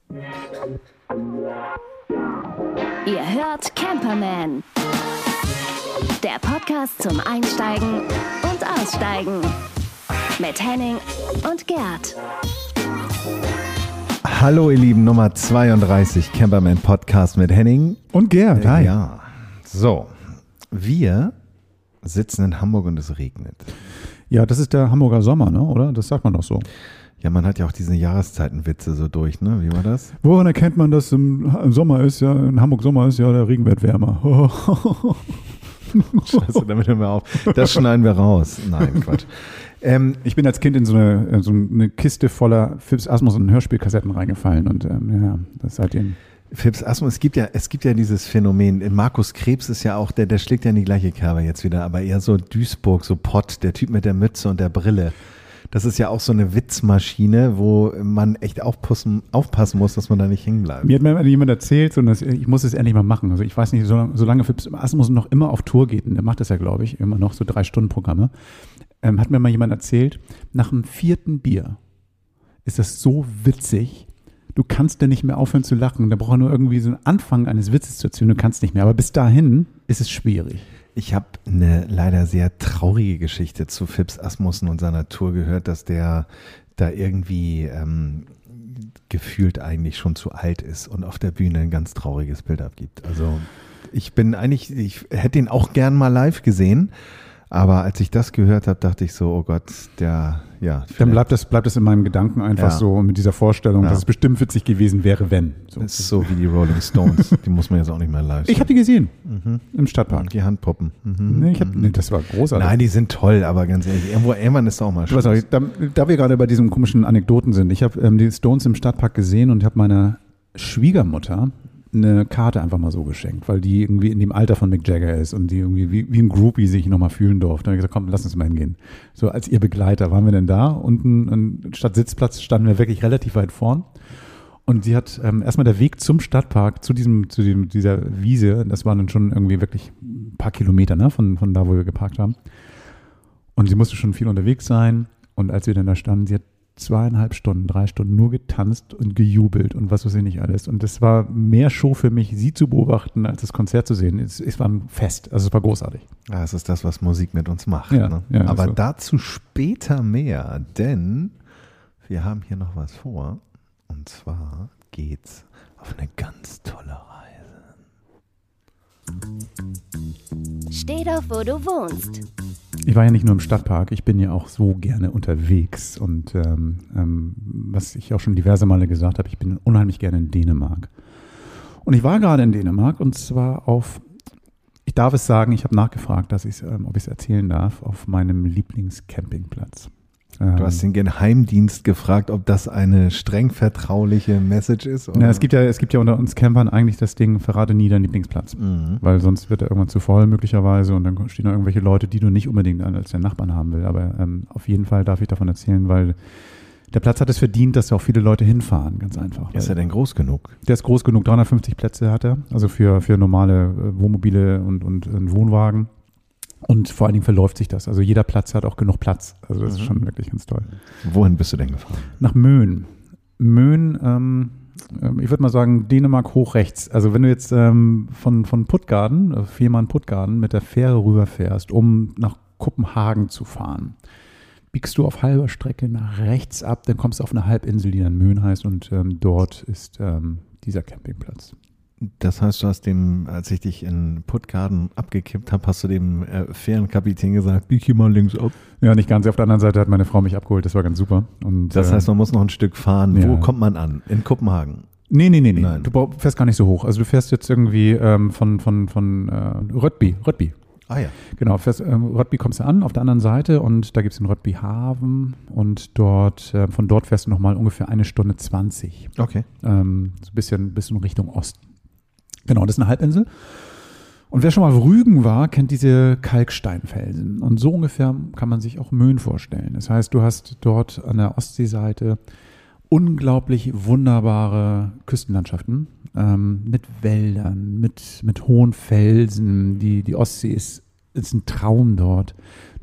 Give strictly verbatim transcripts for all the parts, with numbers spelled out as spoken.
Ihr hört Camperman, der Podcast zum Einsteigen und Aussteigen mit Henning und Gerd. Hallo ihr Lieben, Nummer zweiunddreißig, Camperman Podcast mit Henning und Gerd. Hi. Ja, so, wir sitzen in Hamburg und es regnet. Ja, das ist der Hamburger Sommer, ne? Oder? Das sagt man doch so. Ja, man hat ja auch diese Jahreszeitenwitze so durch, ne? Wie war das? Woran erkennt man, dass im, im Sommer ist, ja, in Hamburg Sommer ist, ja, der Regen wird wärmer. Scheiße, damit hören wir auf. Das schneiden wir raus. Nein, Quatsch. Ähm, ich bin als Kind in so eine, in so eine Kiste voller Phipps Asmus und Hörspielkassetten reingefallen und ähm, ja, das seitdem. Phipps Asmus, es gibt ja, es gibt ja dieses Phänomen. Markus Krebs ist ja auch, der, der schlägt ja in die gleiche Kerbe jetzt wieder, aber eher so Duisburg, so Pott, der Typ mit der Mütze und der Brille. Das ist ja auch so eine Witzmaschine, wo man echt aufpassen, aufpassen muss, dass man da nicht hängen bleibt. Mir hat mir jemand erzählt, und das, ich muss es endlich mal machen. Also ich weiß nicht, solange, solange Phipps Asmus noch immer auf Tour geht, und der macht das ja, glaube ich, immer noch so drei Stunden Programme, ähm, hat mir mal jemand erzählt, nach dem vierten Bier ist das so witzig, du kannst ja nicht mehr aufhören zu lachen. Da braucht er nur irgendwie so einen Anfang eines Witzes zu erzählen, du kannst nicht mehr. Aber bis dahin ist es schwierig. Ich habe eine leider sehr traurige Geschichte zu Phipps Asmussen und seiner Tour gehört, dass der da irgendwie ähm, gefühlt eigentlich schon zu alt ist und auf der Bühne ein ganz trauriges Bild abgibt. Also ich bin eigentlich, ich hätte ihn auch gern mal live gesehen, aber als ich das gehört habe, dachte ich so, oh Gott, der, ja. Dann bleibt das, bleibt das in meinem Gedanken einfach ja. so mit dieser Vorstellung, ja. dass es bestimmt witzig gewesen wäre, wenn. So. Das ist so wie die Rolling Stones, die muss man jetzt auch nicht mehr live sehen. Ich habe die gesehen, mhm. im Stadtpark. Die Handpuppen. Mhm. Nee, ich hab, nee, das war großartig. Nein, die sind toll, aber ganz ehrlich, irgendwo, irgendwann ist es auch mal schön. Da, da wir gerade bei diesen komischen Anekdoten sind, ich habe ähm, die Stones im Stadtpark gesehen und habe meiner Schwiegermutter eine Karte einfach mal so geschenkt, weil die irgendwie in dem Alter von Mick Jagger ist und die irgendwie wie, wie ein Groupie sich nochmal fühlen durfte. Da habe ich gesagt, komm, lass uns mal hingehen. So als ihr Begleiter waren wir denn da. Unten statt Sitzplatz standen wir wirklich relativ weit vorn. Und sie hat ähm, erstmal der Weg zum Stadtpark, zu diesem, zu diesem, dieser Wiese, das waren dann schon irgendwie wirklich ein paar Kilometer, ne, von, von da, wo wir geparkt haben. Und sie musste schon viel unterwegs sein. Und als wir dann da standen, sie hat zweieinhalb Stunden, drei Stunden nur getanzt und gejubelt und was weiß ich nicht alles. Und das war mehr Show für mich, sie zu beobachten, als das Konzert zu sehen. Es, es war ein Fest, also es war großartig. Ja, es ist das, was Musik mit uns macht. Ja, ne? ja, Aber so. Dazu später mehr, denn wir haben hier noch was vor. Und zwar geht's auf eine ganz tolle Reise. Steh doch, wo du wohnst. Ich war ja nicht nur im Stadtpark, ich bin ja auch so gerne unterwegs und ähm, ähm, was ich auch schon diverse Male gesagt habe, ich bin unheimlich gerne in Dänemark. Und ich war gerade in Dänemark und zwar auf, ich darf es sagen, ich habe nachgefragt, dass ich's, ähm, ob ich es erzählen darf, auf meinem Lieblingscampingplatz. Du hast den Geheimdienst gefragt, ob das eine streng vertrauliche Message ist? Oder? Ja, es gibt ja, es gibt ja unter uns Campern eigentlich das Ding, verrate nie deinen Lieblingsplatz. Mhm. Weil sonst wird er irgendwann zu voll möglicherweise und dann stehen da irgendwelche Leute, die du nicht unbedingt als deinen Nachbarn haben will. Aber ähm, auf jeden Fall darf ich davon erzählen, weil der Platz hat es verdient, dass da auch viele Leute hinfahren, ganz einfach. Ist er denn groß genug? Der ist groß genug, dreihundertfünfzig Plätze hat er, also für, für normale äh, Wohnmobile und, und, und Wohnwagen. Und vor allen Dingen verläuft sich das. Also jeder Platz hat auch genug Platz. Also das mhm. ist schon wirklich ganz toll. Wohin bist du denn gefahren? Nach Möen. Möen, ähm, ich würde mal sagen, Dänemark hoch rechts. Also wenn du jetzt ähm, von, von Puttgarden, Fehmarn-Puttgarden, mit der Fähre rüberfährst, um nach Kopenhagen zu fahren, biegst du auf halber Strecke nach rechts ab, dann kommst du auf eine Halbinsel, die dann Möen heißt und ähm, dort ist ähm, dieser Campingplatz. Das heißt, du hast dem, als ich dich in Puttgarden abgekippt habe, hast du dem äh, Fährenkapitän gesagt, bieg hier mal links ab. Ja, nicht ganz. Auf der anderen Seite hat meine Frau mich abgeholt. Das war ganz super. Und, das heißt, man muss noch ein Stück fahren. Ja. Wo kommt man an? In Kopenhagen? Nee, nee, nee, nee. Nein. Du fährst gar nicht so hoch. Also du fährst jetzt irgendwie ähm, von, von, von äh, Rødby. Rødby. Ah ja. Genau, fährst, ähm, Rødby kommst du an, auf der anderen Seite und da gibt es den Rødby Hafen und dort, äh, von dort fährst du nochmal ungefähr eine Stunde zwanzig. Okay. Ähm, so ein bisschen, bisschen Richtung Osten. Genau, das ist eine Halbinsel. Und wer schon mal auf Rügen war, kennt diese Kalksteinfelsen. Und so ungefähr kann man sich auch Möen vorstellen. Das heißt, du hast dort an der Ostseeseite unglaublich wunderbare Küstenlandschaften ähm, mit Wäldern, mit, mit hohen Felsen. Die, die Ostsee ist, ist ein Traum dort. Du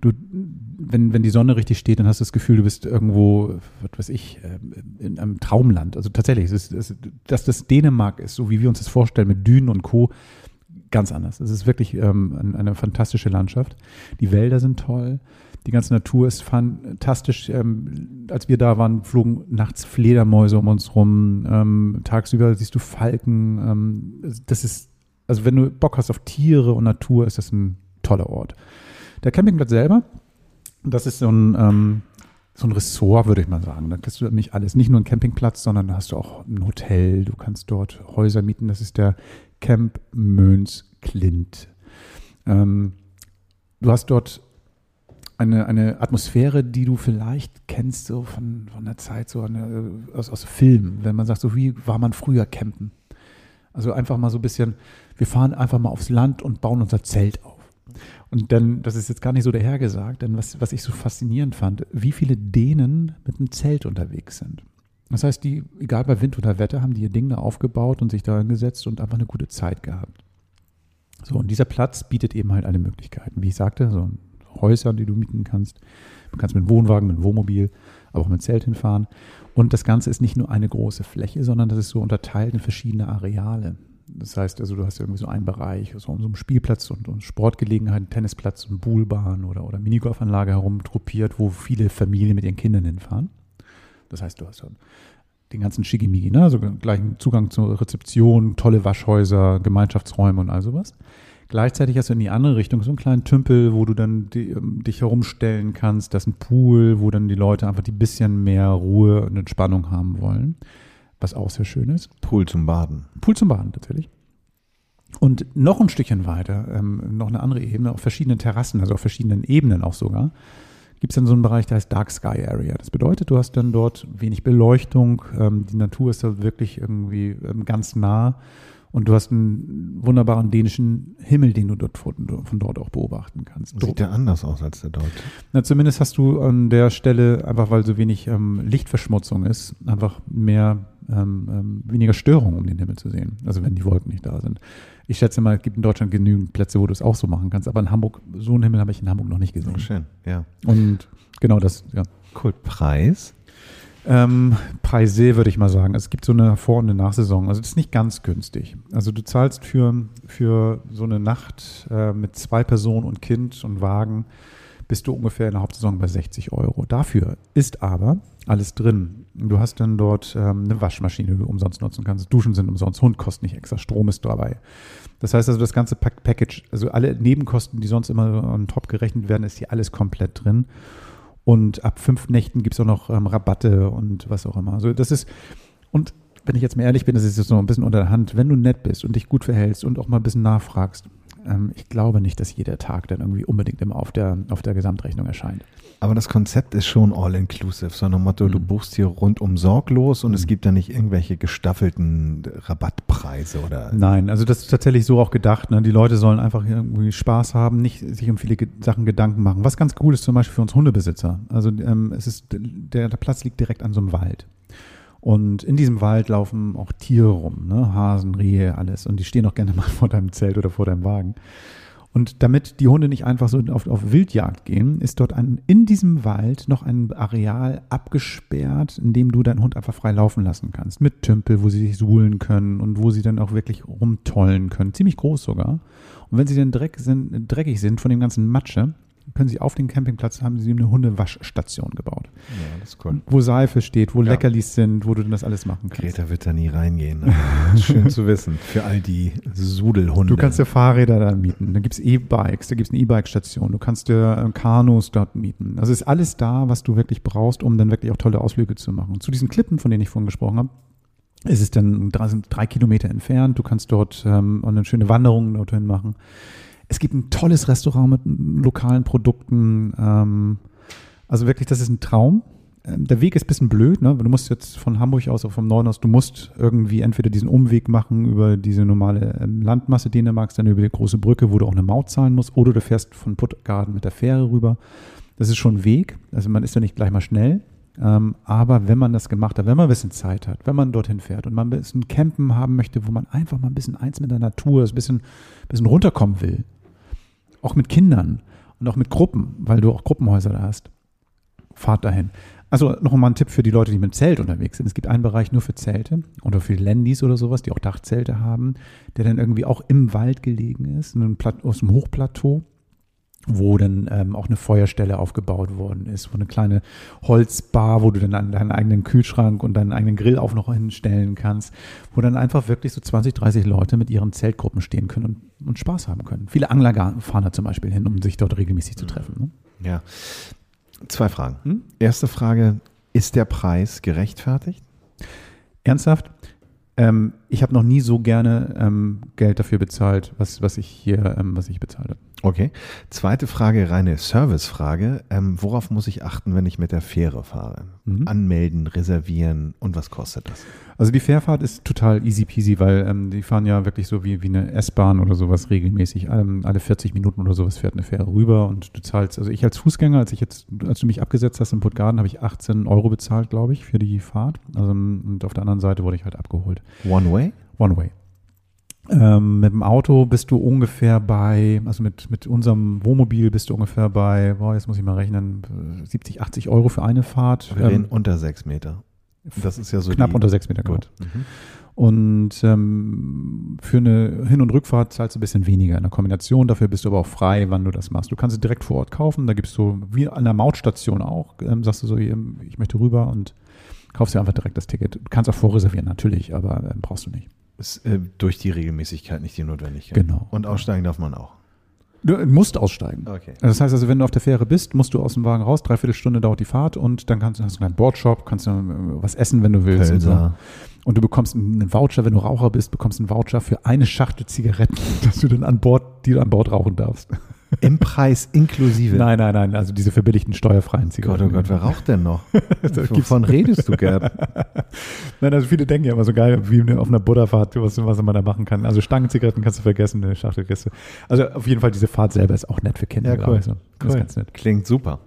du, wenn, wenn die Sonne richtig steht, dann hast du das Gefühl, du bist irgendwo, was weiß ich, in einem Traumland. Also tatsächlich, es ist, es, dass das Dänemark ist, so wie wir uns das vorstellen, mit Dünen und Co., ganz anders. Es ist wirklich ähm, eine fantastische Landschaft. Die Wälder sind toll. Die ganze Natur ist fantastisch. Ähm, als wir da waren, flogen nachts Fledermäuse um uns rum. Ähm, tagsüber siehst du Falken. Ähm, das ist, also wenn du Bock hast auf Tiere und Natur, ist das ein toller Ort. Der Campingplatz selber, das ist so ein, ähm, so ein Ressort, würde ich mal sagen. Da kriegst du nicht alles. Nicht nur einen Campingplatz, sondern da hast du auch ein Hotel. Du kannst dort Häuser mieten. Das ist der Camp Möns Klint. Ähm, du hast dort eine, eine Atmosphäre, die du vielleicht kennst so von, von der Zeit, so eine, aus, aus Filmen, wenn man sagt, so wie war man früher campen. Also einfach mal so ein bisschen, wir fahren einfach mal aufs Land und bauen unser Zelt auf. Und dann, das ist jetzt gar nicht so dahergesagt, denn was, was ich so faszinierend fand, wie viele Dänen mit einem Zelt unterwegs sind. Das heißt, die, egal bei Wind oder Wetter, haben die ihr Ding da aufgebaut und sich da hingesetzt und einfach eine gute Zeit gehabt. So, und dieser Platz bietet eben halt alle Möglichkeiten. Wie ich sagte, so Häuser, die du mieten kannst. Du kannst mit Wohnwagen, mit Wohnmobil, aber auch mit Zelt hinfahren. Und das Ganze ist nicht nur eine große Fläche, sondern das ist so unterteilt in verschiedene Areale. Das heißt also, du hast irgendwie so einen Bereich, so um so einen Spielplatz und, und Sportgelegenheiten, Tennisplatz und Poolbahn oder, oder Minigolfanlage herum truppiert, wo viele Familien mit ihren Kindern hinfahren. Das heißt, du hast dann den ganzen Schickimicki, ne? Also gleichen Zugang zur Rezeption, tolle Waschhäuser, Gemeinschaftsräume und all sowas. Gleichzeitig hast du in die andere Richtung so einen kleinen Tümpel, wo du dann die, dich herumstellen kannst. Das ist ein Pool, wo dann die Leute einfach die bisschen mehr Ruhe und Entspannung haben wollen, was auch sehr schön ist. Pool zum Baden. Pool zum Baden, tatsächlich. Und noch ein Stückchen weiter, ähm, noch eine andere Ebene, auf verschiedenen Terrassen, also auf verschiedenen Ebenen auch sogar, gibt es dann so einen Bereich, der heißt Dark Sky Area. Das bedeutet, du hast dann dort wenig Beleuchtung, ähm, die Natur ist da wirklich irgendwie ähm, ganz nah und du hast einen wunderbaren dänischen Himmel, den du dort von, von dort auch beobachten kannst. Sieht der anders aus als der dort? Na, zumindest hast du an der Stelle, einfach weil so wenig ähm, Lichtverschmutzung ist, einfach mehr, ähm, ähm, weniger Störung, um den Himmel zu sehen. Also wenn die Wolken nicht da sind. Ich schätze mal, es gibt in Deutschland genügend Plätze, wo du es auch so machen kannst. Aber in Hamburg, so einen Himmel habe ich in Hamburg noch nicht gesehen. Oh, schön, ja. Und genau das, ja. Cool. Preis? Ähm, Preise würde ich mal sagen. Es gibt so eine Vor- und eine Nachsaison. Also das ist nicht ganz günstig. Also du zahlst für, für so eine Nacht äh, mit zwei Personen und Kind und Wagen, bist du ungefähr in der Hauptsaison bei sechzig Euro. Dafür ist aber alles drin. Du hast dann dort ähm, eine Waschmaschine, die du umsonst nutzen kannst. Duschen sind umsonst, Hund kostet nicht extra, Strom ist dabei. Das heißt also, das ganze Package, also alle Nebenkosten, die sonst immer on top gerechnet werden, ist hier alles komplett drin. Und ab fünf Nächten gibt es auch noch ähm, Rabatte und was auch immer. Also das ist, und wenn ich jetzt mal ehrlich bin, das ist jetzt noch ein bisschen unter der Hand, wenn du nett bist und dich gut verhältst und auch mal ein bisschen nachfragst, ähm, ich glaube nicht, dass jeder Tag dann irgendwie unbedingt immer auf der, auf der Gesamtrechnung erscheint. Aber das Konzept ist schon all-inclusive, so nach dem Motto, mhm. du buchst hier rundum sorglos und mhm. es gibt da nicht irgendwelche gestaffelten Rabattpreise oder? Nein, also das ist tatsächlich so auch gedacht, ne? Die Leute sollen einfach irgendwie Spaß haben, nicht sich um viele Ge- Sachen Gedanken machen. Was ganz cool ist zum Beispiel für uns Hundebesitzer. Also ähm, es ist, der, der Platz liegt direkt an so einem Wald. Und in diesem Wald laufen auch Tiere rum, ne? Hasen, Rehe, alles. Und die stehen auch gerne mal vor deinem Zelt oder vor deinem Wagen. Und damit die Hunde nicht einfach so auf, auf Wildjagd gehen, ist dort ein, in diesem Wald noch ein Areal abgesperrt, in dem du deinen Hund einfach frei laufen lassen kannst. Mit Tümpel, wo sie sich suhlen können und wo sie dann auch wirklich rumtollen können. Ziemlich groß sogar. Und wenn sie dann dreck sind, dreckig sind von dem ganzen Matsche, können sie auf dem Campingplatz, haben sie eine Hundewaschstation gebaut. Ja, das ist cool. Wo Seife steht, wo ja. Leckerlis sind, wo du dann das alles machen kannst. Greta wird da nie reingehen. Schön zu wissen. Für all die Sudelhunde. Du kannst dir Fahrräder da mieten. Da gibt es E-Bikes, da gibt es eine E-Bike-Station. Du kannst dir äh, Kanus dort mieten. Also ist alles da, was du wirklich brauchst, um dann wirklich auch tolle Ausflüge zu machen. Und zu diesen Klippen, von denen ich vorhin gesprochen habe, ist es dann drei, sind drei Kilometer entfernt. Du kannst dort ähm, eine schöne Wanderung dorthin machen. Es gibt ein tolles Restaurant mit lokalen Produkten. Ähm, also wirklich, das ist ein Traum. Ähm, der Weg ist ein bisschen blöd. Ne? Du musst jetzt von Hamburg aus oder vom Norden aus, du musst irgendwie entweder diesen Umweg machen über diese normale ähm, Landmasse Dänemarks, dann über die große Brücke, wo du auch eine Maut zahlen musst, oder du fährst von Puttgarden mit der Fähre rüber. Das ist schon ein Weg. Also man ist ja nicht gleich mal schnell. Ähm, aber wenn man das gemacht hat, wenn man ein bisschen Zeit hat, wenn man dorthin fährt und man ein bisschen Campen haben möchte, wo man einfach mal ein bisschen eins mit der Natur ist, ein bisschen, ein bisschen runterkommen will, auch mit Kindern Und auch mit Gruppen, weil du auch Gruppenhäuser da hast. Fahrt dahin. Also noch mal ein Tipp für die Leute, die mit Zelt unterwegs sind. Es gibt einen Bereich nur für Zelte oder für Landys oder sowas, die auch Dachzelte haben, der dann irgendwie auch im Wald gelegen ist, aus dem Hochplateau, wo dann ähm, auch eine Feuerstelle aufgebaut worden ist, wo eine kleine Holzbar, wo du dann deinen eigenen Kühlschrank und deinen eigenen Grill auch noch hinstellen kannst, wo dann einfach wirklich so zwanzig, dreißig Leute mit ihren Zeltgruppen stehen können und, und Spaß haben können. Viele Angler fahren da zum Beispiel hin, um sich dort regelmäßig zu treffen. Ne? Ja. Zwei Fragen. Hm? Erste Frage, ist der Preis gerechtfertigt? Ernsthaft? Ähm, ich habe noch nie so gerne ähm, Geld dafür bezahlt, was, was ich hier, ähm, was ich bezahle. Okay. Zweite Frage, reine Servicefrage. Ähm, worauf muss ich achten, wenn ich mit der Fähre fahre? Mhm. Anmelden, reservieren und was kostet das? Also die Fährfahrt ist total easy peasy, weil ähm, die fahren ja wirklich so wie, wie eine S-Bahn oder sowas regelmäßig. Ähm, alle vierzig Minuten oder sowas fährt eine Fähre rüber und du zahlst, also ich als Fußgänger, als ich jetzt, als du mich abgesetzt hast in Puttgarden, habe ich achtzehn Euro bezahlt, glaube ich, für die Fahrt. Also, und auf der anderen Seite wurde ich halt abgeholt. One way? One way. Ähm, mit dem Auto bist du ungefähr bei, also mit, mit unserem Wohnmobil bist du ungefähr bei, boah, jetzt muss ich mal rechnen, siebzig, achtzig Euro für eine Fahrt. Wir reden ähm, unter sechs Meter. Das ist ja so knapp die, unter sechs Meter, gut. Mhm. Und ähm, für eine Hin- und Rückfahrt zahlst du ein bisschen weniger in der Kombination. Dafür bist du aber auch frei, wann du das machst. Du kannst es direkt vor Ort kaufen. Da gibst du, wie an der Mautstation auch, ähm, sagst du so, ich möchte rüber und kaufst dir einfach direkt das Ticket. Du kannst auch vorreservieren, natürlich, aber ähm, brauchst du nicht. Ist äh, durch die Regelmäßigkeit nicht die Notwendigkeit. Genau. Und aussteigen darf man auch. Du musst aussteigen. Okay. Das heißt also, wenn du auf der Fähre bist, musst du aus dem Wagen raus, dreiviertel Stunde dauert die Fahrt und dann kannst du, hast du einen kleinen Boardshop, kannst du was essen, wenn du willst. Und, so. Und du bekommst einen Voucher, wenn du Raucher bist, bekommst einen Voucher für eine Schachtel Zigaretten, dass du dann an Bord, die du an Bord rauchen darfst. Im Preis inklusive? Nein, nein, nein, also diese verbilligten steuerfreien Zigaretten. Gott, oh Gott, wer raucht denn noch? Wovon redest du, Gerd? Nein, also viele denken ja immer so geil, wie auf einer Buddha-Fahrt, was, was man da machen kann. Also Stangenzigaretten kannst du vergessen, eine Schachtel kriegst du. Also auf jeden Fall, diese Fahrt selber ist auch nett für Kinder. Ja, cool. Also. Das cool. ist ganz nett. Klingt super.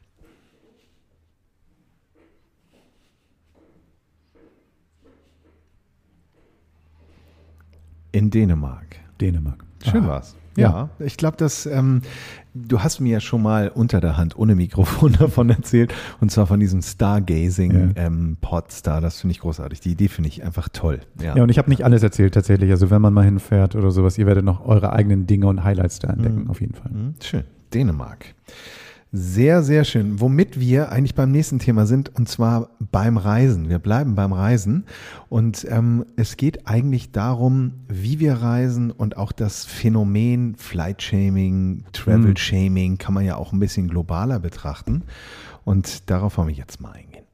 In Dänemark. Dänemark. Schön war's. Ja, ja, ich glaube, dass ähm, du hast mir ja schon mal unter der Hand ohne Mikrofon davon erzählt, und zwar von diesem Stargazing ja. ähm, Podstar. Das finde ich großartig. Die Idee finde ich einfach toll. Ja, ja und ich habe nicht alles erzählt tatsächlich. Also wenn man mal hinfährt oder sowas, ihr werdet noch eure eigenen Dinge und Highlights da entdecken, mhm. auf jeden Fall. Mhm. Schön. Dänemark. Sehr, sehr schön. Womit wir eigentlich beim nächsten Thema sind, und zwar beim Reisen. Wir bleiben beim Reisen und ähm, es geht eigentlich darum, wie wir reisen und auch das Phänomen Flight-Shaming, Travel-Shaming kann man ja auch ein bisschen globaler betrachten und darauf wollen wir jetzt mal eingehen.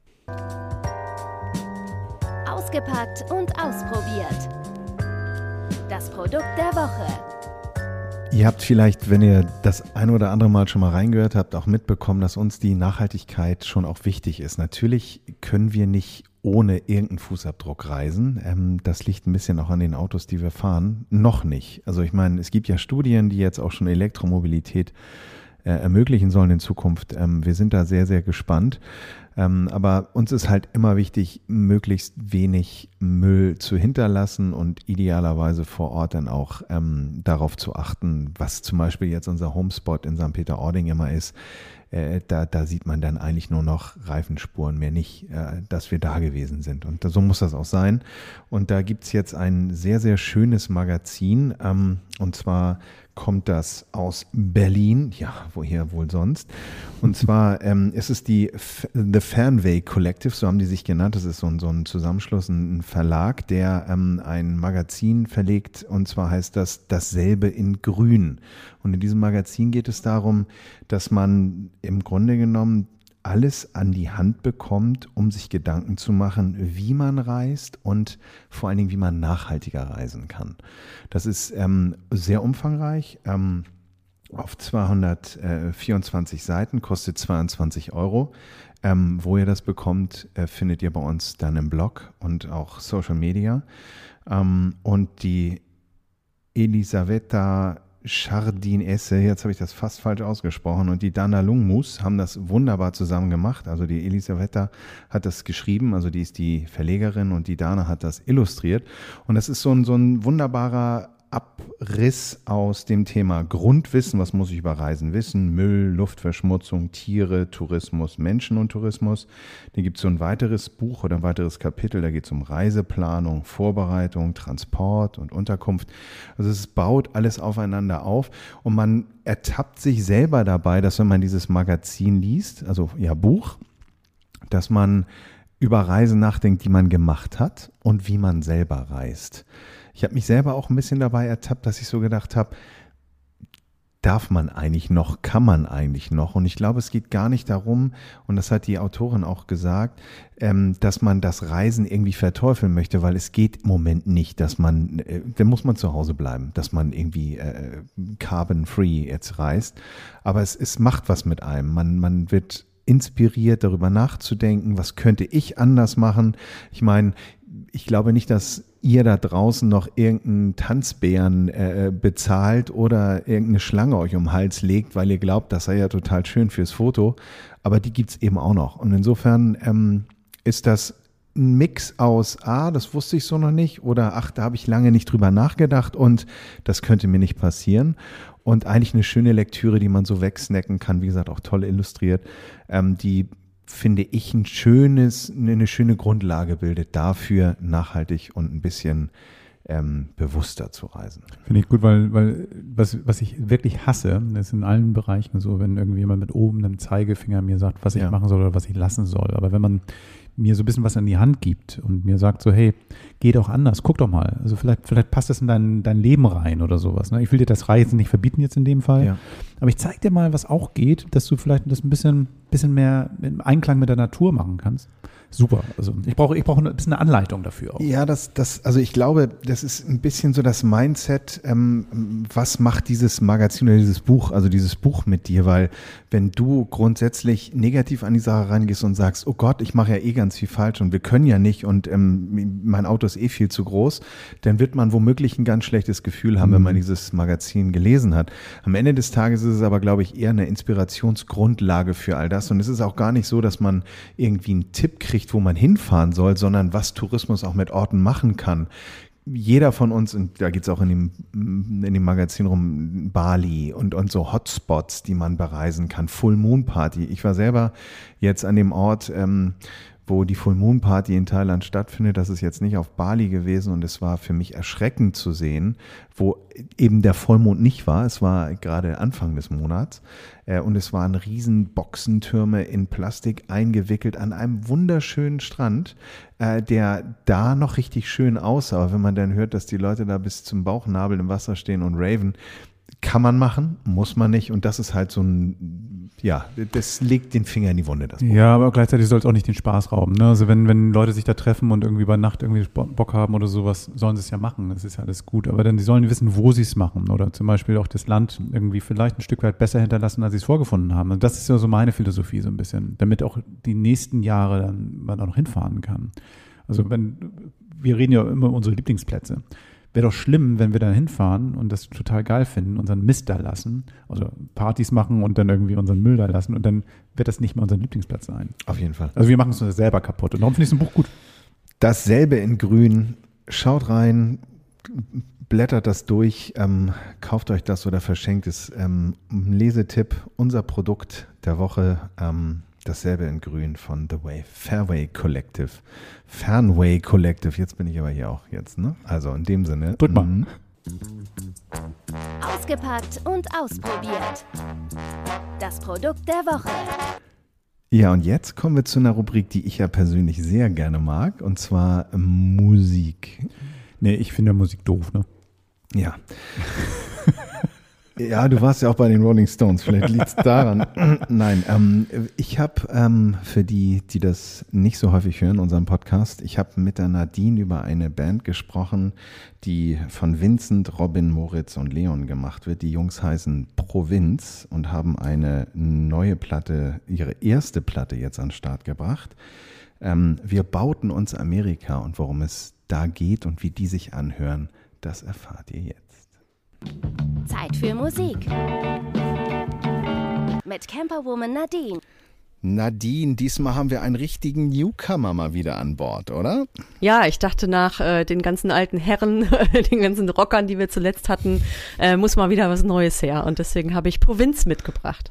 Ausgepackt und ausprobiert. Das Produkt der Woche. Ihr habt vielleicht, wenn ihr das ein oder andere Mal schon mal reingehört habt, auch mitbekommen, dass uns die Nachhaltigkeit schon auch wichtig ist. Natürlich können wir nicht ohne irgendeinen Fußabdruck reisen. Ähm, das liegt ein bisschen auch an den Autos, die wir fahren. Noch nicht. Also ich meine, es gibt ja Studien, die jetzt auch schon Elektromobilität äh, ermöglichen sollen in Zukunft. Ähm, wir sind da sehr, sehr gespannt. Ähm, aber uns ist halt immer wichtig, möglichst wenig Müll zu hinterlassen und idealerweise vor Ort dann auch ähm, darauf zu achten, was zum Beispiel jetzt unser Homespot in Sankt Peter-Ording immer ist. Äh, da, da sieht man dann eigentlich nur noch Reifenspuren, mehr nicht, äh, dass wir da gewesen sind. Und so muss das auch sein. Und da gibt's jetzt ein sehr, sehr schönes Magazin, ähm, und zwar kommt das aus Berlin, ja, woher wohl sonst. Und zwar ähm, ist es die F- The Fernweh Collective, so haben die sich genannt. Das ist so ein, so ein Zusammenschluss, ein Verlag, der ähm, ein Magazin verlegt, und zwar heißt das Dasselbe in Grün. Und in diesem Magazin geht es darum, dass man im Grunde genommen alles an die Hand bekommt, um sich Gedanken zu machen, wie man reist und vor allen Dingen, wie man nachhaltiger reisen kann. Das ist ähm, sehr umfangreich, ähm, auf zweihundertvierundzwanzig Seiten, kostet zweiundzwanzig Euro. Ähm, wo ihr das bekommt, äh, findet ihr bei uns dann im Blog und auch Social Media. Ähm, und die Elisaveta Chardin-Esse, jetzt habe ich das fast falsch ausgesprochen, und die Dana Lungmus haben das wunderbar zusammen gemacht. Also die Elisaveta hat das geschrieben, also die ist die Verlegerin, und die Dana hat das illustriert. Und das ist so ein, so ein wunderbarer Abriss aus dem Thema Grundwissen, was muss ich über Reisen wissen, Müll, Luftverschmutzung, Tiere, Tourismus, Menschen und Tourismus. Dann gibt es so ein weiteres Buch oder ein weiteres Kapitel, da geht es um Reiseplanung, Vorbereitung, Transport und Unterkunft. Also es baut alles aufeinander auf und man ertappt sich selber dabei, dass wenn man dieses Magazin liest, also ja Buch, dass man über Reisen nachdenkt, die man gemacht hat und wie man selber reist. Ich habe mich selber auch ein bisschen dabei ertappt, dass ich so gedacht habe, darf man eigentlich noch, kann man eigentlich noch? Und ich glaube, es geht gar nicht darum, und das hat die Autorin auch gesagt, ähm, dass man das Reisen irgendwie verteufeln möchte, weil es geht im Moment nicht, dass man, äh, dann muss man zu Hause bleiben, dass man irgendwie äh, carbon-free jetzt reist. Aber es, es macht was mit einem. Man, man wird inspiriert, darüber nachzudenken, was könnte ich anders machen? Ich meine, ich glaube nicht, dass ihr da draußen noch irgendeinen Tanzbären äh, bezahlt oder irgendeine Schlange euch um den Hals legt, weil ihr glaubt, das sei ja total schön fürs Foto. Aber die gibt's eben auch noch. Und insofern ähm, ist das ein Mix aus, ah, das wusste ich so noch nicht oder ach, da habe ich lange nicht drüber nachgedacht und das könnte mir nicht passieren. Und eigentlich eine schöne Lektüre, die man so wegsnacken kann, wie gesagt, auch toll illustriert, ähm, die finde ich ein schönes, eine schöne Grundlage bildet dafür, nachhaltig und ein bisschen ähm, bewusster zu reisen. Finde ich gut, weil, weil was, was ich wirklich hasse, das ist in allen Bereichen so, wenn irgendjemand mit oben einem Zeigefinger mir sagt, was ich Ja. machen soll oder was ich lassen soll. Aber wenn man mir so ein bisschen was in die Hand gibt und mir sagt so, hey, geh doch anders, guck doch mal. Also vielleicht, vielleicht passt das in dein, dein Leben rein oder sowas. Ne? Ich will dir das Reisen nicht verbieten jetzt in dem Fall. Ja. Aber ich zeig dir mal, was auch geht, dass du vielleicht das ein bisschen, bisschen mehr im Einklang mit der Natur machen kannst. Super. Also ich brauche ich brauche ein bisschen eine Anleitung dafür auch. Ja, das, das, also ich glaube, das ist ein bisschen so das Mindset, ähm, was macht dieses Magazin oder dieses Buch, also dieses Buch mit dir, weil wenn du grundsätzlich negativ an die Sache rangehst und sagst, oh Gott, ich mache ja eh ganz viel falsch und wir können ja nicht und ähm, mein Auto ist eh viel zu groß, dann wird man womöglich ein ganz schlechtes Gefühl haben, mhm. wenn man dieses Magazin gelesen hat. Am Ende des Tages ist es aber, glaube ich, eher eine Inspirationsgrundlage für all das und es ist auch gar nicht so, dass man irgendwie einen Tipp kriegt, wo man hinfahren soll, sondern was Tourismus auch mit Orten machen kann. Jeder von uns, und da geht es auch in dem, in dem Magazin rum, Bali und, und so Hotspots, die man bereisen kann. Full Moon Party. Ich war selber jetzt an dem Ort, ähm, wo die Full Moon Party in Thailand stattfindet. Das ist jetzt nicht auf Bali gewesen und es war für mich erschreckend zu sehen, wo eben der Vollmond nicht war. Es war gerade Anfang des Monats äh, und es waren riesen Boxentürme in Plastik eingewickelt an einem wunderschönen Strand, äh, der da noch richtig schön aussah. Aber wenn man dann hört, dass die Leute da bis zum Bauchnabel im Wasser stehen und raven, kann man machen, muss man nicht. Und das ist halt so ein, ja, das legt den Finger in die Wunde. Das Buch. Ja, aber gleichzeitig soll es auch nicht den Spaß rauben. Ne? Also wenn, wenn Leute sich da treffen und irgendwie bei Nacht irgendwie Bock haben oder sowas, sollen sie es ja machen. Das ist ja alles gut. Aber dann, sie sollen wissen, wo sie es machen. Oder zum Beispiel auch das Land irgendwie vielleicht ein Stück weit besser hinterlassen, als sie es vorgefunden haben. Und das ist ja so meine Philosophie so ein bisschen. Damit auch die nächsten Jahre dann man da noch hinfahren kann. Also wenn, wir reden ja immer über unsere Lieblingsplätze. Wäre doch schlimm, wenn wir da hinfahren und das total geil finden, unseren Mist da lassen, also Partys machen und dann irgendwie unseren Müll da lassen und dann wird das nicht mehr unser Lieblingsplatz sein. Auf jeden Fall. Also wir machen es uns selber kaputt und darum finde ich es ein Buch gut. Dasselbe in Grün. Schaut rein, blättert das durch, ähm, kauft euch das oder verschenkt es. Ähm, Lesetipp, unser Produkt der Woche, ähm, dasselbe in Grün von The Way, Fairway Collective. Fernway Collective, jetzt bin ich aber hier auch jetzt, ne? Also in dem Sinne. Drück mal. Mhm. Ausgepackt und ausprobiert. Das Produkt der Woche. Ja, und jetzt kommen wir zu einer Rubrik, die ich ja persönlich sehr gerne mag, und zwar Musik. Nee, ich finde Musik doof, ne? Ja. Ja, du warst ja auch bei den Rolling Stones, vielleicht liegt es daran. Nein, ähm, ich habe ähm, für die, die das nicht so häufig hören, unseren Podcast, ich habe mit der Nadine über eine Band gesprochen, die von Vincent, Robin, Moritz und Leon gemacht wird. Die Jungs heißen Provinz und haben eine neue Platte, ihre erste Platte jetzt an den Start gebracht. Ähm, wir bauten uns Amerika und worum es da geht und wie die sich anhören, das erfahrt ihr jetzt. Zeit für Musik. Mit Camperwoman Nadine. Nadine, diesmal haben wir einen richtigen Newcomer mal wieder an Bord, oder? Ja, ich dachte nach äh, den ganzen alten Herren, den ganzen Rockern, die wir zuletzt hatten, äh, muss mal wieder was Neues her. Und deswegen habe ich Provinz mitgebracht.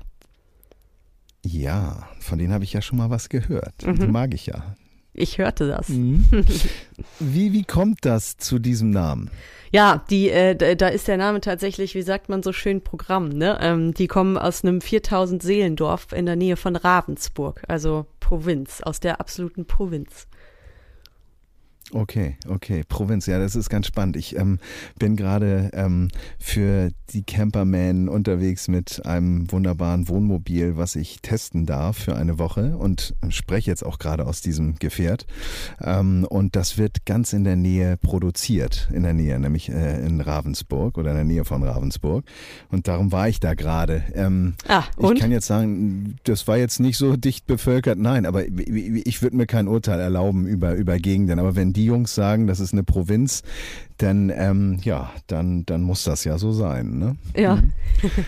Ja, von denen habe ich ja schon mal was gehört. Mhm. Die mag ich ja. Ich hörte das. Mhm. Wie, wie kommt das zu diesem Namen? Ja, die, äh, da ist der Name tatsächlich, wie sagt man so schön, Programm, ne? Ähm, die kommen aus einem viertausend Seelendorf in der Nähe von Ravensburg, also Provinz, aus der absoluten Provinz. Okay, okay, Provinz, ja, das ist ganz spannend. Ich ähm, bin gerade ähm, für die Camperman unterwegs mit einem wunderbaren Wohnmobil, was ich testen darf für eine Woche und spreche jetzt auch gerade aus diesem Gefährt. Ähm, und das wird ganz in der Nähe produziert, in der Nähe, nämlich äh, in Ravensburg oder in der Nähe von Ravensburg. Und darum war ich da gerade. Ähm, ah, und? Ich kann jetzt sagen, das war jetzt nicht so dicht bevölkert, nein, aber ich würde mir kein Urteil erlauben über, über Gegenden, aber wenn die Jungs sagen, das ist eine Provinz, dann ähm, ja, dann, dann muss das ja so sein. Ne? Ja. Mhm.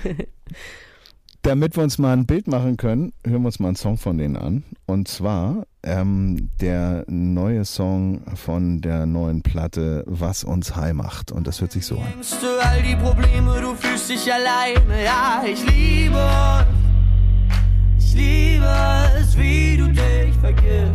Damit wir uns mal ein Bild machen können, hören wir uns mal einen Song von denen an. Und zwar ähm, der neue Song von der neuen Platte, Was uns heim macht. Und das hört sich so an. Du all die Probleme, du fühlst dich alleine. Ja, ich liebe es. Ich liebe es, wie du dich vergisst.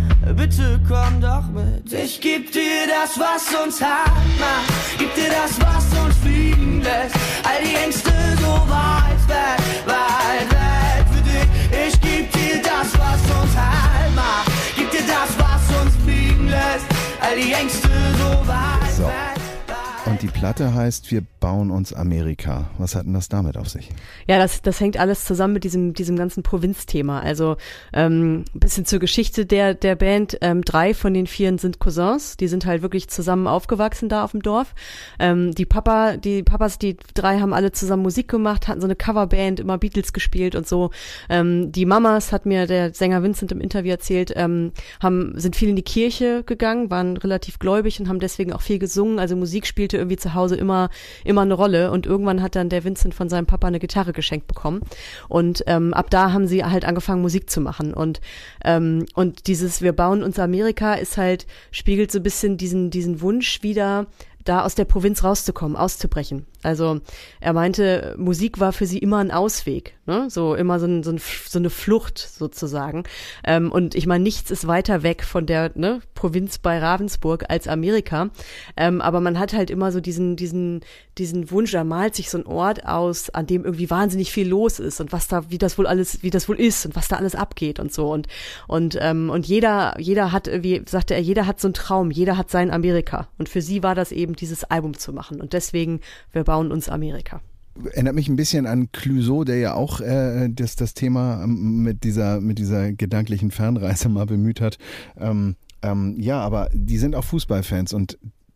Bitte komm doch mit. Ich geb dir das, was uns hart macht. Gib dir das, was uns fliegen lässt. All die Ängste so weit weg, weit weg für dich. Ich geb dir das, was uns hart macht. Gib dir das, was uns fliegen lässt. All die Ängste so weit so. weg. Und die Platte heißt Wir bauen uns Amerika. Was hat denn das damit auf sich? Ja, das, das hängt alles zusammen mit diesem, diesem ganzen Provinzthema. Also ähm, ein bisschen zur Geschichte der, der Band. Ähm, drei von den vieren sind Cousins. Die sind halt wirklich zusammen aufgewachsen da auf dem Dorf. Ähm, die Papa, die Papas, die drei haben alle zusammen Musik gemacht, hatten so eine Coverband, immer Beatles gespielt und so. Ähm, die Mamas, hat mir der Sänger Vincent im Interview erzählt, ähm, haben, sind viel in die Kirche gegangen, waren relativ gläubig und haben deswegen auch viel gesungen. Also Musik spielte irgendwie zu Hause immer immer eine Rolle und irgendwann hat dann der Vincent von seinem Papa eine Gitarre geschenkt bekommen und ähm, ab da haben sie halt angefangen Musik zu machen und ähm, und dieses Wir bauen uns Amerika ist halt, spiegelt so ein bisschen diesen diesen Wunsch wieder, da aus der Provinz rauszukommen, auszubrechen. Also er meinte, Musik war für sie immer ein Ausweg, ne? So immer so, ein, so, ein, so eine Flucht sozusagen. Ähm, und ich meine, nichts ist weiter weg von der ne, Provinz bei Ravensburg als Amerika. Ähm, aber man hat halt immer so diesen diesen diesen Wunsch, da malt sich so ein Ort aus, an dem irgendwie wahnsinnig viel los ist und was da, wie das wohl alles, wie das wohl ist und was da alles abgeht und so und und ähm, und jeder jeder hat, wie sagte er, jeder hat so einen Traum, jeder hat sein Amerika. Und für sie war das eben dieses Album zu machen und deswegen wir bauen uns Amerika. Erinnert mich ein bisschen an Clouseau, der ja auch äh, das, das Thema mit dieser, mit dieser gedanklichen Fernreise mal bemüht hat. Ähm, ähm, ja, aber die sind auch Fußballfans und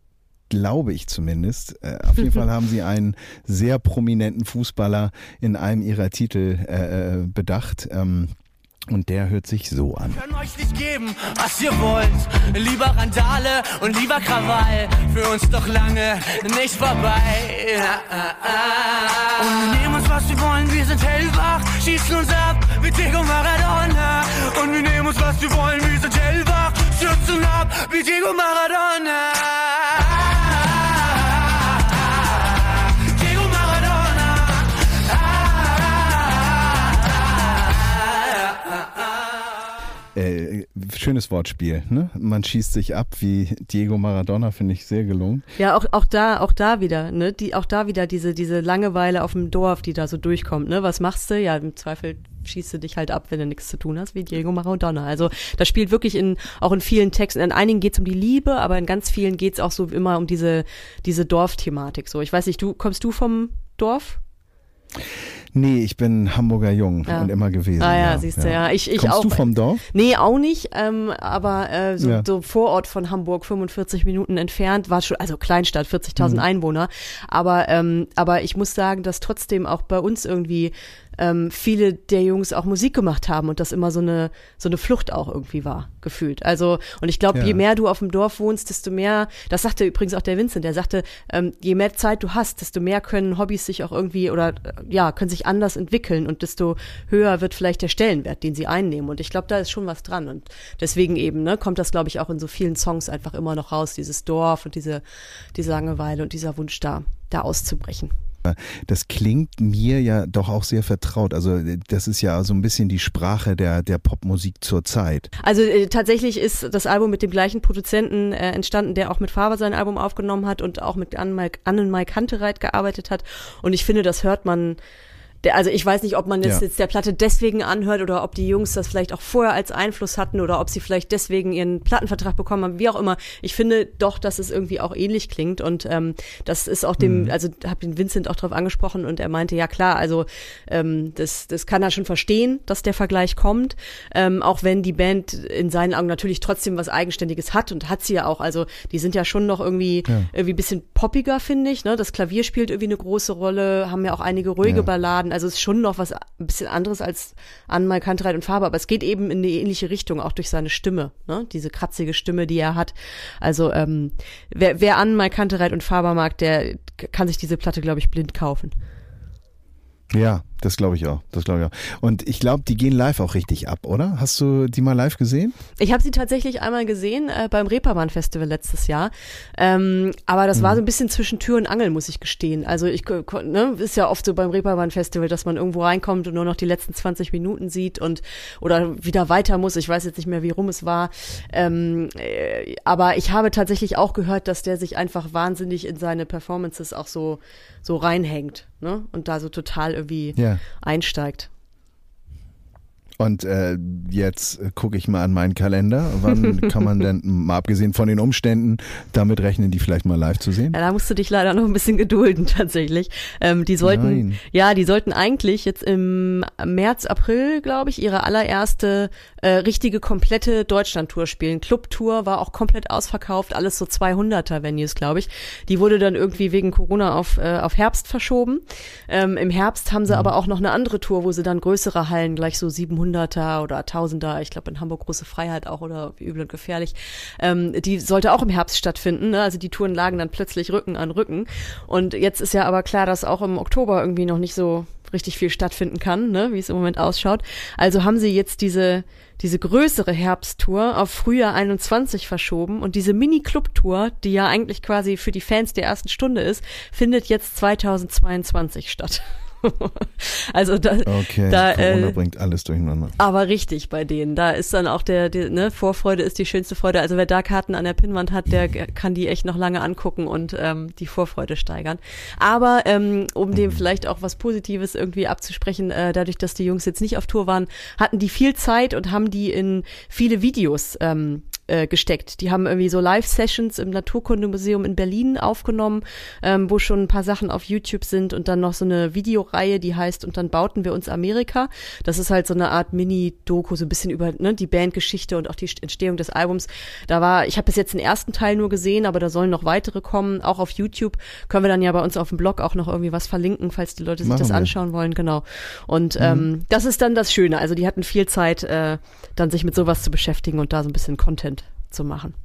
glaube ich zumindest. Äh, auf jeden Fall haben sie einen sehr prominenten Fußballer in einem ihrer Titel äh, bedacht. Ähm, Und der hört sich so an. Wir können euch nicht geben, was ihr wollt. Lieber Randale und lieber Krawall. Für uns doch lange nicht vorbei. Und wir nehmen uns, was wir wollen, wir sind hellwach. Schießen uns ab wie Diego Maradona. Und wir nehmen uns, was wir wollen, wir sind hellwach. Stürzen ab wie Diego Maradona. Äh, schönes Wortspiel, ne? Man schießt sich ab wie Diego Maradona, finde ich sehr gelungen. Ja, auch auch da auch da wieder, ne? Die auch da wieder diese diese Langeweile auf dem Dorf, die da so durchkommt, ne? Was machst du? Ja, im Zweifel schießt du dich halt ab, wenn du nichts zu tun hast, wie Diego Maradona. Also das spielt wirklich in auch in vielen Texten. In einigen geht's um die Liebe, aber in ganz vielen geht's auch so immer um diese diese Dorfthematik. So, ich weiß nicht, du kommst du vom Dorf? Nee, ich bin Hamburger Jung ja. und immer gewesen. Ah ja, ja siehst du, ja. ja. Ich, ich Kommst auch. du vom Dorf? Nee, auch nicht, ähm, aber äh, so, ja. so Vorort von Hamburg, fünfundvierzig Minuten entfernt, war schon, also Kleinstadt, vierzigtausend mhm. Einwohner. Aber ähm, aber ich muss sagen, dass trotzdem auch bei uns irgendwie ähm, viele der Jungs auch Musik gemacht haben und das immer so eine so eine Flucht auch irgendwie war, gefühlt. Also, und ich glaube, Ja. je mehr du auf dem Dorf wohnst, desto mehr, das sagte übrigens auch der Vincent, der sagte, ähm, je mehr Zeit du hast, desto mehr können Hobbys sich auch irgendwie oder äh, ja, können sich anders entwickeln und desto höher wird vielleicht der Stellenwert, den sie einnehmen. Und ich glaube, da ist schon was dran. Und deswegen eben, ne, kommt das, glaube ich, auch in so vielen Songs einfach immer noch raus, dieses Dorf und diese, diese Langeweile und dieser Wunsch da, da auszubrechen. Das klingt mir ja doch auch sehr vertraut. Also das ist ja so ein bisschen die Sprache der, der Popmusik zur Zeit. Also äh, tatsächlich ist das Album mit dem gleichen Produzenten äh, entstanden, der auch mit Faber sein Album aufgenommen hat und auch mit Annenmai Kantereit gearbeitet hat. Und ich finde, das hört man. Der, also ich weiß nicht, ob man das Ja. jetzt der Platte deswegen anhört oder ob die Jungs das vielleicht auch vorher als Einfluss hatten oder ob sie vielleicht deswegen ihren Plattenvertrag bekommen haben, wie auch immer. Ich finde doch, dass es irgendwie auch ähnlich klingt und ähm, das ist auch dem, Mhm. also habe den Vincent auch drauf angesprochen und er meinte, ja klar, also ähm, das, das kann er schon verstehen, dass der Vergleich kommt, ähm, auch wenn die Band in seinen Augen natürlich trotzdem was Eigenständiges hat und hat sie ja auch, also die sind ja schon noch irgendwie Ja. irgendwie ein bisschen poppiger, finde ich, ne? Das Klavier spielt irgendwie eine große Rolle, haben ja auch einige ruhige Ja. Balladen, also es ist schon noch was ein bisschen anderes als Annenmai Kantereit und Faber, aber es geht eben in eine ähnliche Richtung, auch durch seine Stimme, ne? Diese kratzige Stimme, die er hat. Also ähm, wer, wer Annenmai Kantereit und Faber mag, der kann sich diese Platte, glaube ich, blind kaufen. Ja, das glaube ich auch. Das glaube ich auch. Und ich glaube, die gehen live auch richtig ab, oder? Hast du die mal live gesehen? Ich habe sie tatsächlich einmal gesehen äh, beim Reeperbahn Festival letztes Jahr, ähm, aber das mhm. war so ein bisschen zwischen Tür und Angel, muss ich gestehen. Also ich ne, ist ja oft so beim Reeperbahn Festival, dass man irgendwo reinkommt und nur noch die letzten zwanzig Minuten sieht und oder wieder weiter muss. Ich weiß jetzt nicht mehr, wie rum es war, ähm, äh, aber ich habe tatsächlich auch gehört, dass der sich einfach wahnsinnig in seine Performances auch so so reinhängt, ne? Und da so total irgendwie Ja. einsteigt. Und äh, jetzt äh, gucke ich mal an meinen Kalender. Wann kann man denn, mal abgesehen von den Umständen, damit rechnen, die vielleicht mal live zu sehen? Ja, da musst du dich leider noch ein bisschen gedulden tatsächlich. Ähm, die sollten, Nein. ja, die sollten eigentlich jetzt im März, April, glaube ich, ihre allererste äh, richtige komplette Deutschland-Tour spielen. Club-Tour war auch komplett ausverkauft, alles so zweihunderter-Venues, glaube ich. Die wurde dann irgendwie wegen Corona auf äh, auf Herbst verschoben. Ähm, Im Herbst haben sie mhm. aber auch noch eine andere Tour, wo sie dann größere Hallen, gleich so siebenhunderter oder Tausender, ich glaube in Hamburg Große Freiheit auch oder Übel und Gefährlich, ähm, die sollte auch im Herbst stattfinden, ne? Also die Touren lagen dann plötzlich Rücken an Rücken und jetzt ist ja aber klar, dass auch im Oktober irgendwie noch nicht so richtig viel stattfinden kann, ne? Wie es im Moment ausschaut. Also haben sie jetzt diese diese größere Herbsttour auf Frühjahr einundzwanzig verschoben und diese Mini-Club-Tour, die ja eigentlich quasi für die Fans der ersten Stunde ist, findet jetzt zweitausendzweiundzwanzig statt. Also da, okay, da Corona äh, bringt alles durcheinander. aber richtig bei denen. Da ist dann auch der, der ne, Vorfreude ist die schönste Freude. Also wer da Karten an der Pinnwand hat, der kann die echt noch lange angucken und ähm, die Vorfreude steigern. Aber ähm, um dem vielleicht auch was Positives irgendwie abzusprechen, äh, dadurch, dass die Jungs jetzt nicht auf Tour waren, hatten die viel Zeit und haben die in viele Videos ähm, äh, gesteckt. Die haben irgendwie so Live-Sessions im Naturkundemuseum in Berlin aufgenommen, ähm, wo schon ein paar Sachen auf YouTube sind und dann noch so eine Videoreihe, die heißt "Und dann bauten wir uns Amerika". Das ist halt so eine Art Mini-Doku, so ein bisschen über ne, die Bandgeschichte und auch die Entstehung des Albums. Da war, ich habe bis jetzt den ersten Teil nur gesehen, aber da sollen noch weitere kommen, auch auf YouTube. Können wir dann ja bei uns auf dem Blog auch noch irgendwie was verlinken, falls die Leute sich Machen das wir. anschauen wollen, genau. Und Mhm. ähm, das ist dann das Schöne. Also die hatten viel Zeit, äh, dann sich mit sowas zu beschäftigen und da so ein bisschen Content zu machen.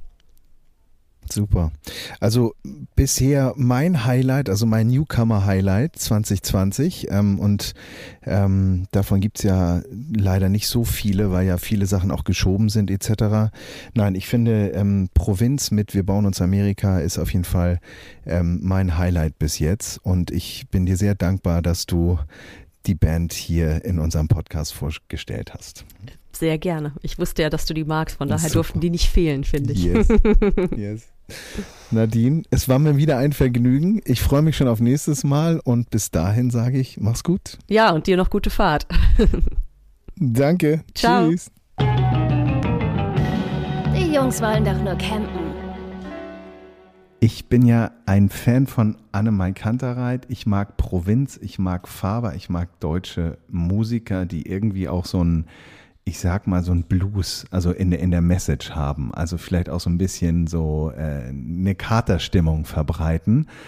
Super. Also bisher mein Highlight, also mein Newcomer-Highlight zwanzig zwanzig ähm, und ähm, davon gibt's ja leider nicht so viele, weil ja viele Sachen auch geschoben sind et cetera. Nein, ich finde ähm, Provinz mit Wir bauen uns Amerika ist auf jeden Fall ähm, mein Highlight bis jetzt und ich bin dir sehr dankbar, dass du die Band hier in unserem Podcast vorgestellt hast. Sehr gerne. Ich wusste ja, dass du die magst, von daher Super. durften die nicht fehlen, finde ich. Yes. Yes. Nadine, es war mir wieder ein Vergnügen. Ich freue mich schon auf nächstes Mal und bis dahin sage ich, mach's gut. Ja, und dir noch gute Fahrt. Danke. Ciao. Tschüss. Die Jungs wollen doch nur campen. Ich bin ja ein Fan von Annenmai Kantereit. Ich mag Provinz, ich mag Faber, ich mag deutsche Musiker, die irgendwie auch so ein, ich sag mal, so ein Blues, also in, in der Message haben. Also vielleicht auch so ein bisschen so äh, eine Katerstimmung verbreiten.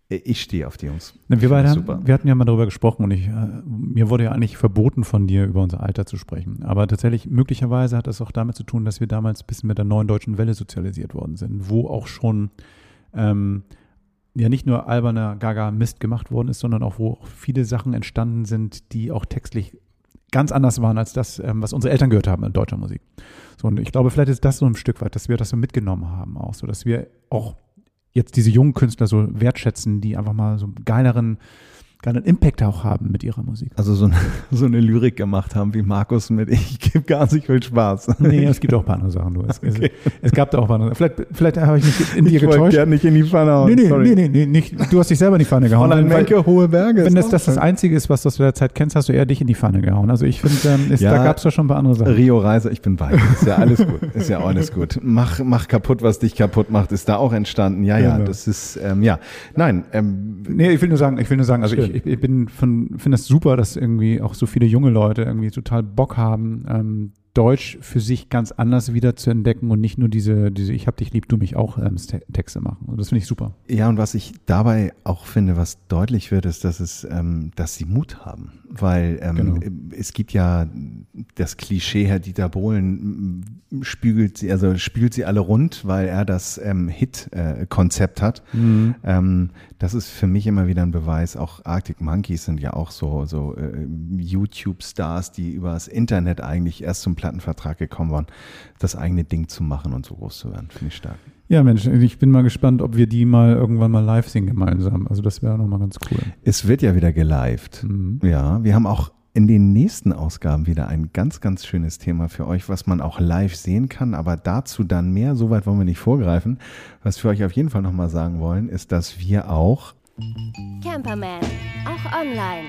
Ich stehe auf die Jungs. Na, wir, beide super. haben, wir hatten ja mal darüber gesprochen und ich, äh, mir wurde ja eigentlich verboten von dir, über unser Alter zu sprechen. Aber tatsächlich, möglicherweise hat das auch damit zu tun, dass wir damals ein bisschen mit der neuen deutschen Welle sozialisiert worden sind, wo auch schon ähm, ja nicht nur alberner Gaga-Mist gemacht worden ist, sondern auch, wo auch viele Sachen entstanden sind, die auch textlich ganz anders waren als das, ähm, was unsere Eltern gehört haben in deutscher Musik. So, und ich glaube, vielleicht ist das so ein Stück weit, dass wir das so mitgenommen haben auch, so dass wir auch jetzt diese jungen Künstler so wertschätzen, die einfach mal so einen geileren, geileren Impact auch haben mit ihrer Musik. Also so eine, so eine Lyrik gemacht haben wie Markus mit Ich gebe Gas, ich will Spaß. Nee, es gibt auch ein paar andere Sachen. Du. Es, okay. es, es gab da auch ein paar andere. Vielleicht, vielleicht habe ich mich in dir ich getäuscht. Ich wollte nicht in die Pfanne hauen. Nee, nee, Sorry. nee, nee, nee nicht, du hast dich selber in die Pfanne gehauen. Von Menke, hohe Berge. Wenn das das, das Einzige ist, was du aus der Zeit kennst, hast du eher dich in die Pfanne gehauen. Also ich finde, ähm, ja, da gab es doch schon ein paar andere Sachen. Rio Reiser, ich bin bei dir. Ist ja alles gut. Ist ja alles gut. Mach, mach kaputt, was dich kaputt macht, ist da auch entstanden. Ja, ja, ja das ist, ähm, ja. Nein. Ähm, nee, ich will nur sagen, ich will nur sagen, also ich, ich bin von finde es super, dass irgendwie auch so viele junge Leute irgendwie total Bock haben, ähm, Deutsch für sich ganz anders wieder zu entdecken und nicht nur diese, diese Ich hab dich lieb, du mich auch ähm, Texte machen. Und das finde ich super. Ja, und was ich dabei auch finde, was deutlich wird, ist, dass es, ähm, dass sie Mut haben. Weil ähm, genau. es gibt ja das Klischee, Herr Dieter Bohlen spült sie, also spült sie alle rund, weil er das ähm, Hit-Konzept äh, hat. Mhm. Ähm, das ist für mich immer wieder ein Beweis. Auch Arctic Monkeys sind ja auch so, so äh, YouTube-Stars, die übers Internet eigentlich erst zum Plattenvertrag gekommen waren, das eigene Ding zu machen und so groß zu werden. Finde ich stark. Ja, Mensch, ich bin mal gespannt, ob wir die mal irgendwann mal live singen gemeinsam. Also das wäre nochmal ganz cool. Es wird ja wieder gelived. Mhm. Ja, wir haben auch in den nächsten Ausgaben wieder ein ganz, ganz schönes Thema für euch, was man auch live sehen kann, aber dazu dann mehr. Soweit wollen wir nicht vorgreifen. Was wir euch auf jeden Fall nochmal sagen wollen, ist, dass wir auch Camperman, auch online.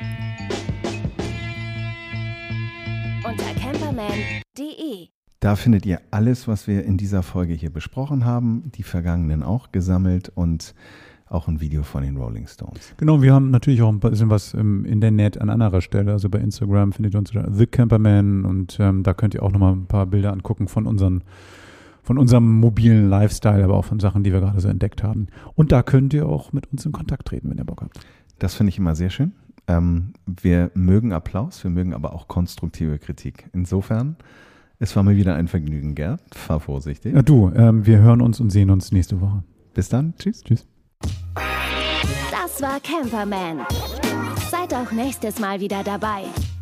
Unter camperman punkt de. Da findet ihr alles, was wir in dieser Folge hier besprochen haben, die vergangenen auch gesammelt und auch ein Video von den Rolling Stones. Genau, wir haben natürlich auch ein bisschen was im Internet an anderer Stelle. Also bei Instagram findet ihr uns unter The Camperman und ähm, da könnt ihr auch nochmal ein paar Bilder angucken von unseren von unserem mobilen Lifestyle, aber auch von Sachen, die wir gerade so entdeckt haben. Und da könnt ihr auch mit uns in Kontakt treten, wenn ihr Bock habt. Das finde ich immer sehr schön. Ähm, wir mögen Applaus, wir mögen aber auch konstruktive Kritik. Insofern, es war mir wieder ein Vergnügen, Gerd. Fahr vorsichtig. Ja, du, ähm, wir hören uns und sehen uns nächste Woche. Bis dann. Tschüss. Tschüss. Das war Camperman. Seid auch nächstes Mal wieder dabei.